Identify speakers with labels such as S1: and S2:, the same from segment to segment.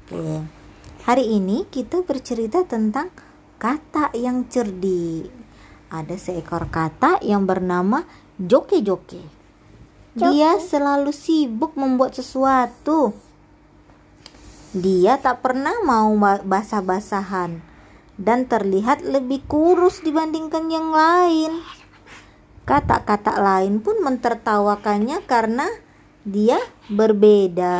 S1: Oke. Hari ini kita bercerita tentang kata yang cerdik. Ada seekor kata yang bernama Joke-Joke. Dia selalu sibuk membuat sesuatu. Dia tak pernah mau basah-basahan dan terlihat lebih kurus dibandingkan yang lain. Kata-kata lain pun mentertawakannya karena dia berbeda.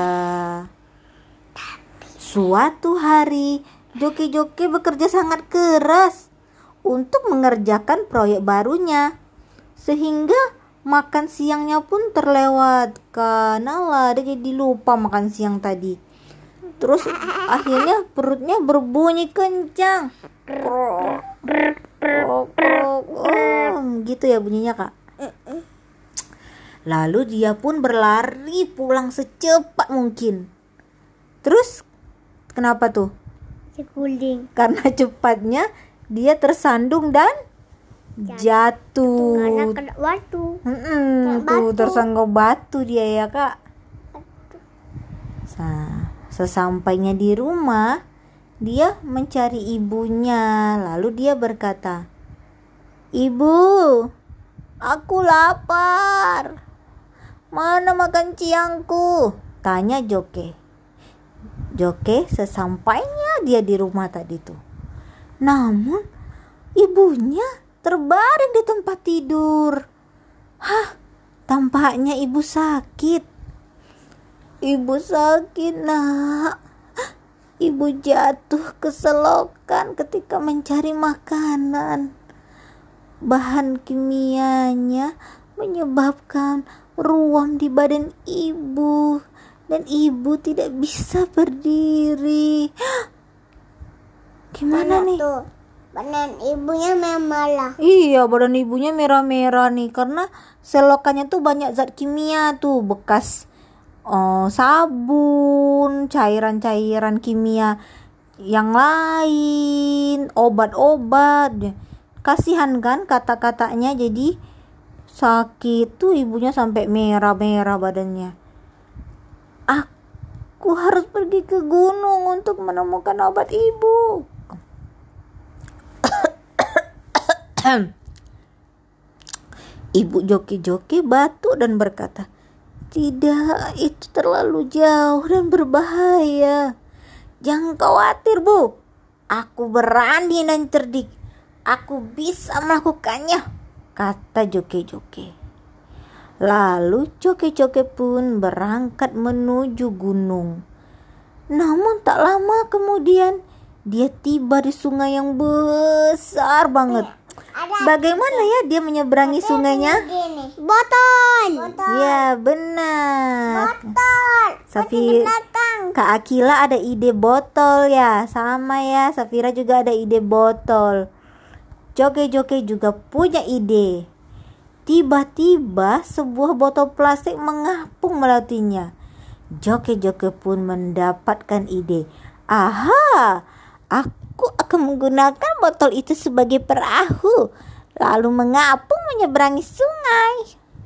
S1: Suatu hari, Joke-Joke bekerja sangat keras untuk mengerjakan proyek barunya, sehingga makan siangnya pun terlewatkan. Alah, dia jadi lupa makan siang tadi. Terus akhirnya perutnya berbunyi kencang. Gitu ya bunyinya, Kak. Lalu dia pun berlari pulang secepat mungkin. Terus kenapa tuh?
S2: Seguling.
S1: Karena cepatnya dia tersandung dan jatuh.
S2: Karena kena batu.
S1: Tuh tersenggol batu dia ya, Kak. Sesampainya di rumah, dia mencari ibunya. Lalu dia berkata, "Ibu, aku lapar. Mana makan siangku?" tanya Joke. Joke sesampainya dia di rumah tadi tuh. Namun ibunya terbaring di tempat tidur. Tampaknya ibu sakit. Ibu sakit, Nak. Ibu jatuh ke selokan ketika mencari makanan. Bahan kimianya menyebabkan ruam di badan ibu dan ibu tidak bisa berdiri. Gimana nih?
S2: Tuh, badan ibunya merah.
S1: Iya, badan ibunya merah-merah nih karena selokannya tuh banyak zat kimia tuh, bekas sabun, cairan-cairan kimia yang lain, obat-obat. Kasihan kan kata-katanya, jadi sakit tuh ibunya sampai merah-merah badannya. Aku harus pergi ke gunung untuk menemukan obat ibu. Ibu Joke-Joke batuk dan berkata, "Tidak, itu terlalu jauh dan berbahaya. Jangan khawatir, Bu. Aku berani dan cerdik. Aku bisa melakukannya," kata Joke-Joke. Lalu Joke-Joke pun berangkat menuju gunung. Namun tak lama kemudian dia tiba di sungai yang besar banget. Bagaimana ya dia menyeberangi sungainya?
S2: Botol.
S1: Ya, benar.
S2: Botol.
S1: Kak Akila ada ide botol ya. Sama ya, Safira juga ada ide botol. Joke-Joke juga punya ide. Tiba-tiba sebuah botol plastik mengapung melewatinya. Joke-Joke pun mendapatkan ide. Aha, aku akan menggunakan botol itu sebagai perahu, lalu mengapung menyeberangi sungai.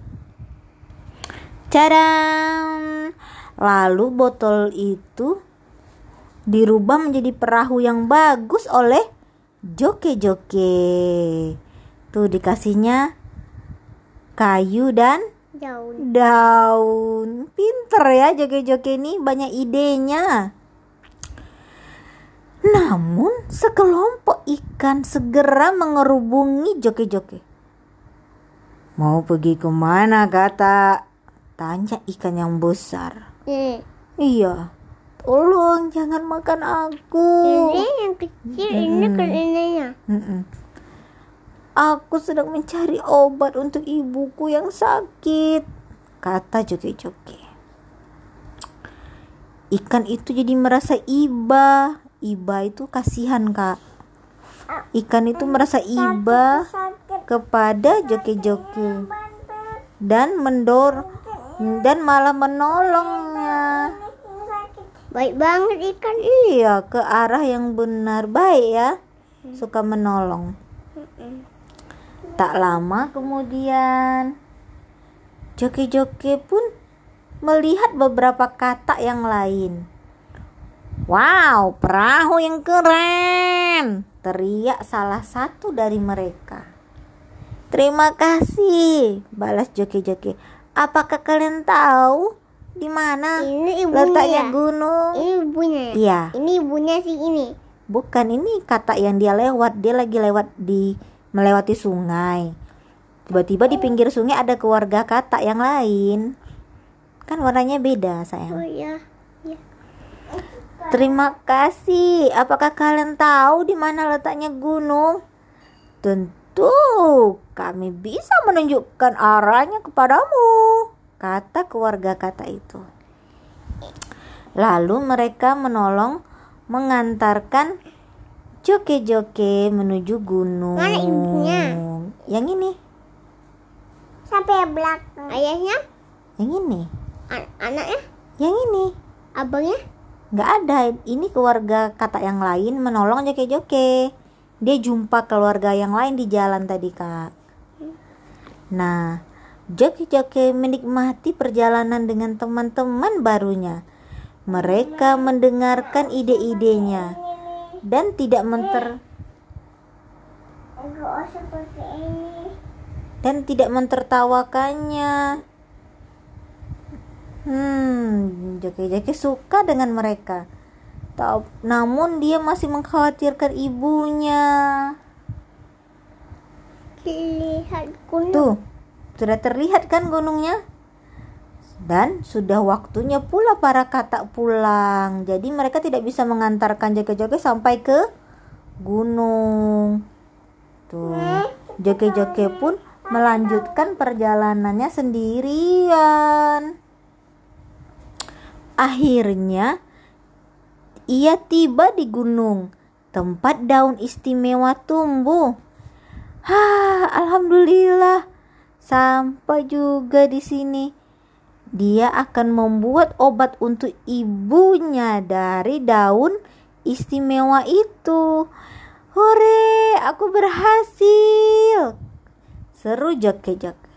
S1: Cadang! Lalu botol itu dirubah menjadi perahu yang bagus oleh Joke-Joke. Tuh dikasihnya kayu dan daun. Pinter ya Joke-Joke ini, banyak idenya. Namun sekelompok ikan segera mengerubungi Joke-Joke. "Mau pergi kemana, kata?" tanya ikan yang besar. "Iya, tolong jangan makan aku."
S2: Ini yang kecil, ini kan ininya.
S1: "Aku sedang mencari obat untuk ibuku yang sakit," kata Joke-Joke. Ikan itu jadi merasa iba. Iba itu kasihan, Kak. Ikan itu merasa iba kepada Joke-Joke dan malah menolongnya.
S2: Baik banget ikan.
S1: Iya, ke arah yang benar. Baik ya, suka menolong. Tak lama kemudian Joke-Joke pun melihat beberapa kata yang lain. Wow, perahu yang keren, teriak salah satu dari mereka. Terima kasih, balas joki-joki. Apakah kalian tahu di mana
S2: Ini ibunya
S1: letaknya
S2: ya?
S1: gunung?
S2: Ini ibunya.
S1: Iya.
S2: Ini ibunya sih ini.
S1: Bukan, ini kata yang dia lewat. Dia lagi melewati sungai. Tiba-tiba di pinggir sungai ada keluarga katak yang lain. Kan warnanya beda,
S2: Oh
S1: sayang.
S2: ya. Ya.
S1: Terima kasih. Apakah kalian tahu di mana letaknya gunung? Tentu, kami bisa menunjukkan arahnya kepadamu, kata keluarga katak itu. Lalu mereka menolong mengantarkan joki-joki menuju gunung.
S2: Mana ibunya?
S1: Yang ini.
S2: Sampai belakang. Ayahnya?
S1: Yang ini.
S2: Anaknya?
S1: Yang ini.
S2: Abangnya?
S1: Nggak ada. Ini keluarga katak yang lain menolong joki-joki. Dia jumpa keluarga yang lain di jalan tadi, Kak. Nah, joki-joki menikmati perjalanan dengan teman-teman barunya. Mereka mendengarkan ide-idenya dan tidak
S2: seperti ini.
S1: mentertawakannya. Joki-joki suka dengan mereka. Namun dia masih mengkhawatirkan ibunya.
S2: Lihat gunung.
S1: Tuh, sudah terlihat kan gunungnya? Dan sudah waktunya pula para katak pulang. Jadi mereka tidak bisa mengantarkan joki-joki sampai ke gunung. Tuh, joki-joki pun melanjutkan perjalanannya sendirian. Akhirnya ia tiba di gunung, tempat daun istimewa tumbuh. Alhamdulillah, sampai juga di sini. Dia akan membuat obat untuk ibunya dari daun istimewa itu. Hore, aku berhasil, seru joki-joki.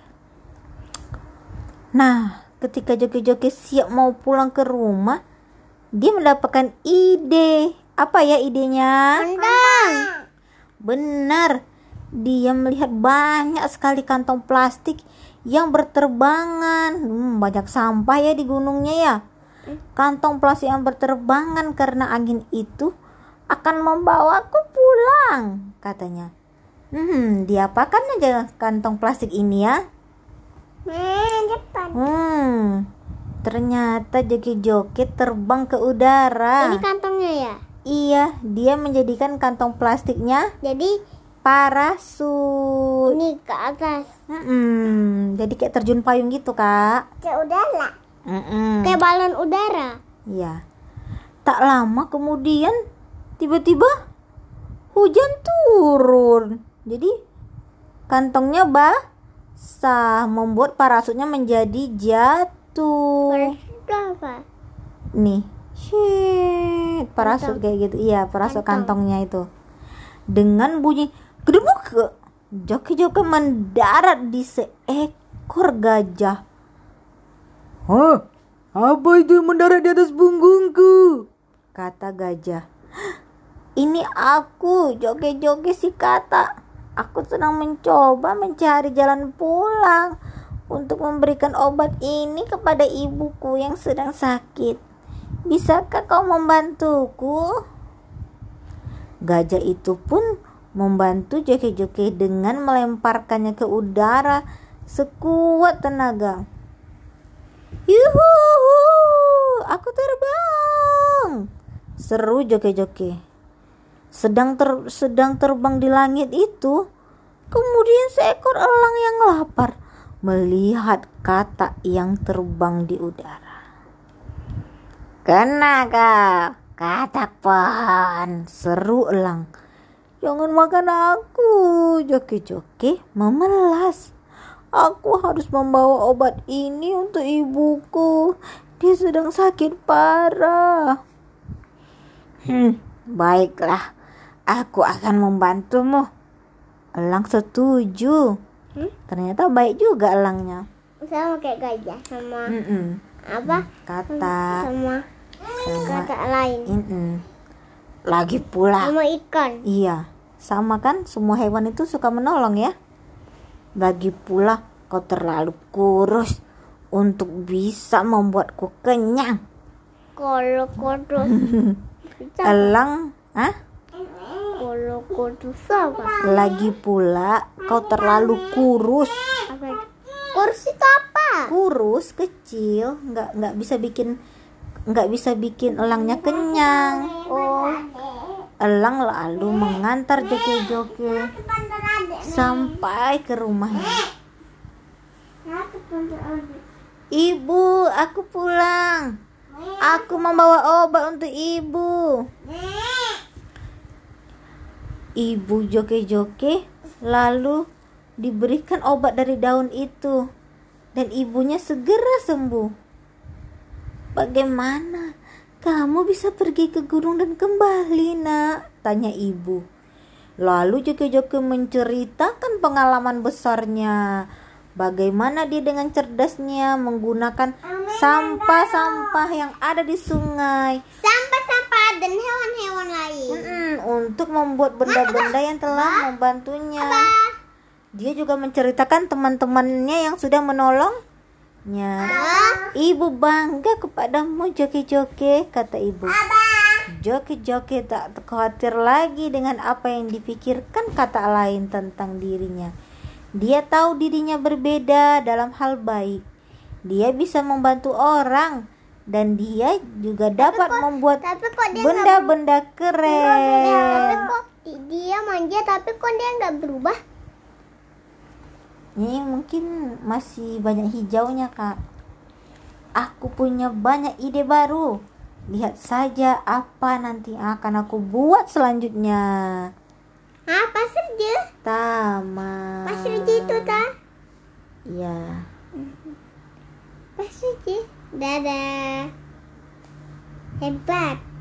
S1: Nah, ketika joki-joki siap mau pulang ke rumah, dia mendapatkan ide. Apa ya idenya?
S2: Kantong.
S1: Benar, dia melihat banyak sekali kantong plastik yang berterbangan. Banyak sampah ya di gunungnya ya. Kantong plastik yang berterbangan karena angin itu akan membawaku pulang, katanya. Diapakan aja kantong plastik ini ya?
S2: Depan.
S1: Ternyata joki-joki terbang ke udara.
S2: Ini kantongnya ya?
S1: Iya, dia menjadikan kantong plastiknya
S2: Jadi
S1: parasut.
S2: ini ke atas.
S1: Jadi kayak terjun payung gitu, Kak.
S2: Kayak udara. Kayak balon udara.
S1: Iya. Tak lama kemudian tiba-tiba hujan turun. Jadi kantongnya basah, membuat parasutnya menjadi jatuh.
S2: Parasut apa?
S1: Nih, parasut kayak gitu. Iya, parasut kantongnya itu. Dengan bunyi gedebuk, joki-joki mendarat di seekor gajah. Apa itu yang mendarat di atas punggungku? Kata gajah. Ini aku, joki-joki si katak. Aku sedang mencoba mencari jalan pulang untuk memberikan obat ini kepada ibuku yang sedang sakit. Bisakah kau membantuku? Gajah itu pun membantu joki-joki dengan melemparkannya ke udara sekuat tenaga. Yuhu, aku terbang, seru joki-joki. Sedang terbang di langit itu, kemudian seekor elang yang lapar melihat katak yang terbang di udara. Kena kau, katak pohon, seru elang. Jangan makan aku, joki-joki memelas. Aku harus membawa obat ini untuk ibuku. Dia sedang sakit parah. Baiklah, aku akan membantumu. Elang setuju. Ternyata baik juga elangnya.
S2: Sama kayak gajah sama apa?
S1: Katak.
S2: Sama
S1: sama
S2: Kata lain.
S1: lagi pula
S2: Sama ikan.
S1: iya, sama kan, semua hewan itu suka menolong ya. Lagi pula kau terlalu kurus untuk bisa membuatku kenyang.
S2: Kalau kodok.
S1: Elang,
S2: Kalau kodok apa?
S1: lagi pula kau terlalu kurus.
S2: Apa? Kursi itu apa?
S1: Kurus kecil, nggak bisa bikin elangnya kenyang.
S2: Oh,
S1: Elang lalu mengantar joki-joki sampai ke rumahnya. Ibu, aku pulang. Aku membawa obat untuk ibu. Ibu joki-joki lalu diberikan obat dari daun itu dan ibunya segera sembuh. Bagaimana kamu bisa pergi ke gunung dan kembali, nak? Tanya ibu. Lalu joki-joki menceritakan pengalaman besarnya. Bagaimana dia dengan cerdasnya menggunakan sampah-sampah yang ada di sungai
S2: sampah-sampah dan hewan-hewan lain.
S1: untuk membuat benda-benda yang telah membantunya. Dia juga menceritakan teman-temannya yang sudah menolongnya. Ibu bangga kepadamu, joki-joki, kata ibu. Joki-joki tak khawatir lagi dengan apa yang dipikirkan kata lain tentang dirinya. Dia tahu dirinya berbeda dalam hal baik. Dia bisa membantu orang dan dia juga dapat membuat
S2: Tapi kok dia
S1: benda-benda
S2: Tapi
S1: keren.
S2: kok dia manja, tapi kok dia nggak berubah?
S1: Ini mungkin masih banyak hijaunya, Kak. Aku punya banyak ide baru. Lihat saja apa nanti akan aku buat selanjutnya.
S2: Pasir je.
S1: Taman.
S2: Pasir je itu ta?
S1: Iya.
S2: Pasir je. Dadah. Hebat.